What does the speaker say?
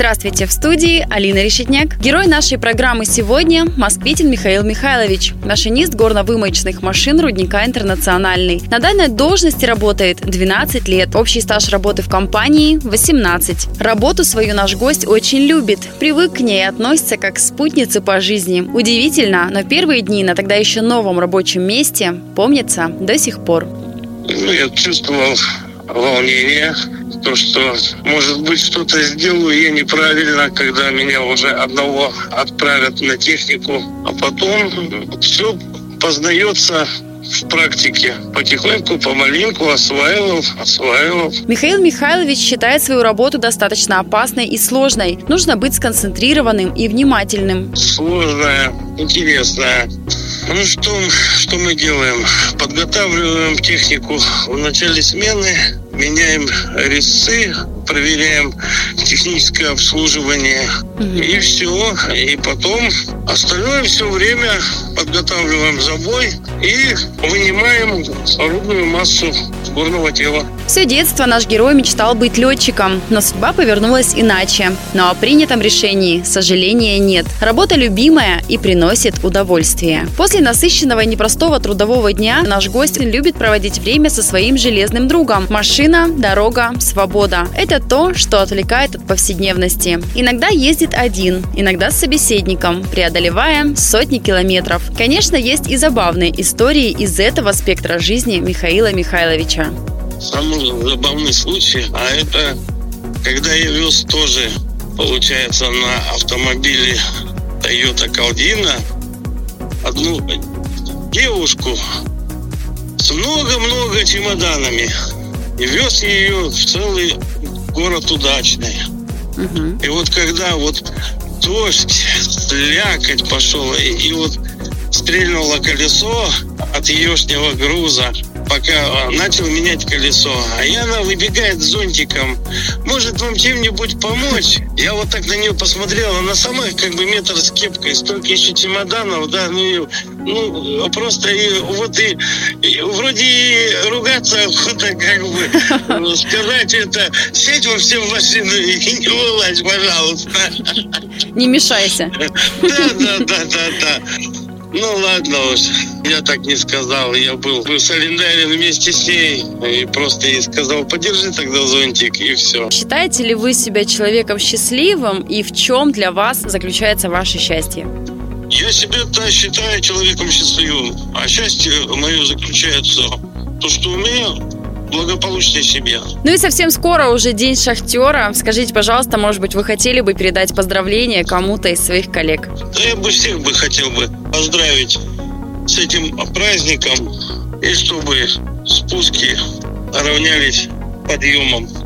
Здравствуйте, в студии Алина Решетняк. Герой нашей программы сегодня – москвитин Михаил Михайлович, машинист горно-вымоечных машин рудника «Интернациональный». На данной должности работает 12 лет, общий стаж работы в компании – 18. Работу свою наш гость очень любит, привык к ней и относится как к спутнице по жизни. Удивительно, но первые дни на тогда еще новом рабочем месте помнятся до сих пор. Я чувствовал волнение, то, что, может быть, что-то сделаю я неправильно, когда меня уже одного отправят на технику, а потом все познается в практике. Потихоньку, помаленьку осваивал. Михаил Михайлович считает свою работу достаточно опасной и сложной. Нужно быть сконцентрированным и внимательным. Сложная, интересная. Что мы делаем? Подготавливаем технику в начале смены, меняем резцы, проверяем техническое обслуживание и все. И потом остальное все время подготавливаем забой и вынимаем орудную массу горного тела. Все детство наш герой мечтал быть летчиком, но судьба повернулась иначе. Но о принятом решении сожаления нет. Работа любимая и приносит удовольствие. После насыщенного и непростого трудового дня наш гость любит проводить время со своим железным другом. Машина, дорога, свобода. Это то, что отвлекает от повседневности. Иногда ездит один, иногда с собеседником, преодолевая сотни километров. Конечно, есть и забавные истории из этого спектра жизни Михаила Михайловича. Самый забавный случай, это когда я вез тоже, получается, на автомобиле Toyota Caldina одну девушку с много-много чемоданами. И вез ее в целый город Удачный. И вот когда дождь, слякоть пошел, и стрельнуло колесо от еешнего груза, пока начал менять колесо. Она выбегает с зонтиком. Может, вам чем-нибудь помочь? Я так на нее посмотрел. Она сама метр с кепкой. Столько еще чемоданов, да. Просто вроде и ругаться сказать это. Сядь во все в машину и не вылазь, пожалуйста. Не мешайся. Да. Ладно уж, я так не сказал. Я был солидарен вместе с ней и просто ей сказал: подержи тогда зонтик, и все. Считаете ли вы себя человеком счастливым, и в чем для вас заключается ваше счастье? Я себя считаю человеком счастливым, а счастье мое заключается в том, что у меня благополучная семья. И совсем скоро уже День шахтера. Скажите, пожалуйста, может быть, вы хотели бы передать поздравления кому-то из своих коллег? Да, я всех хотел поздравить с этим праздником, и чтобы спуски равнялись подъемам.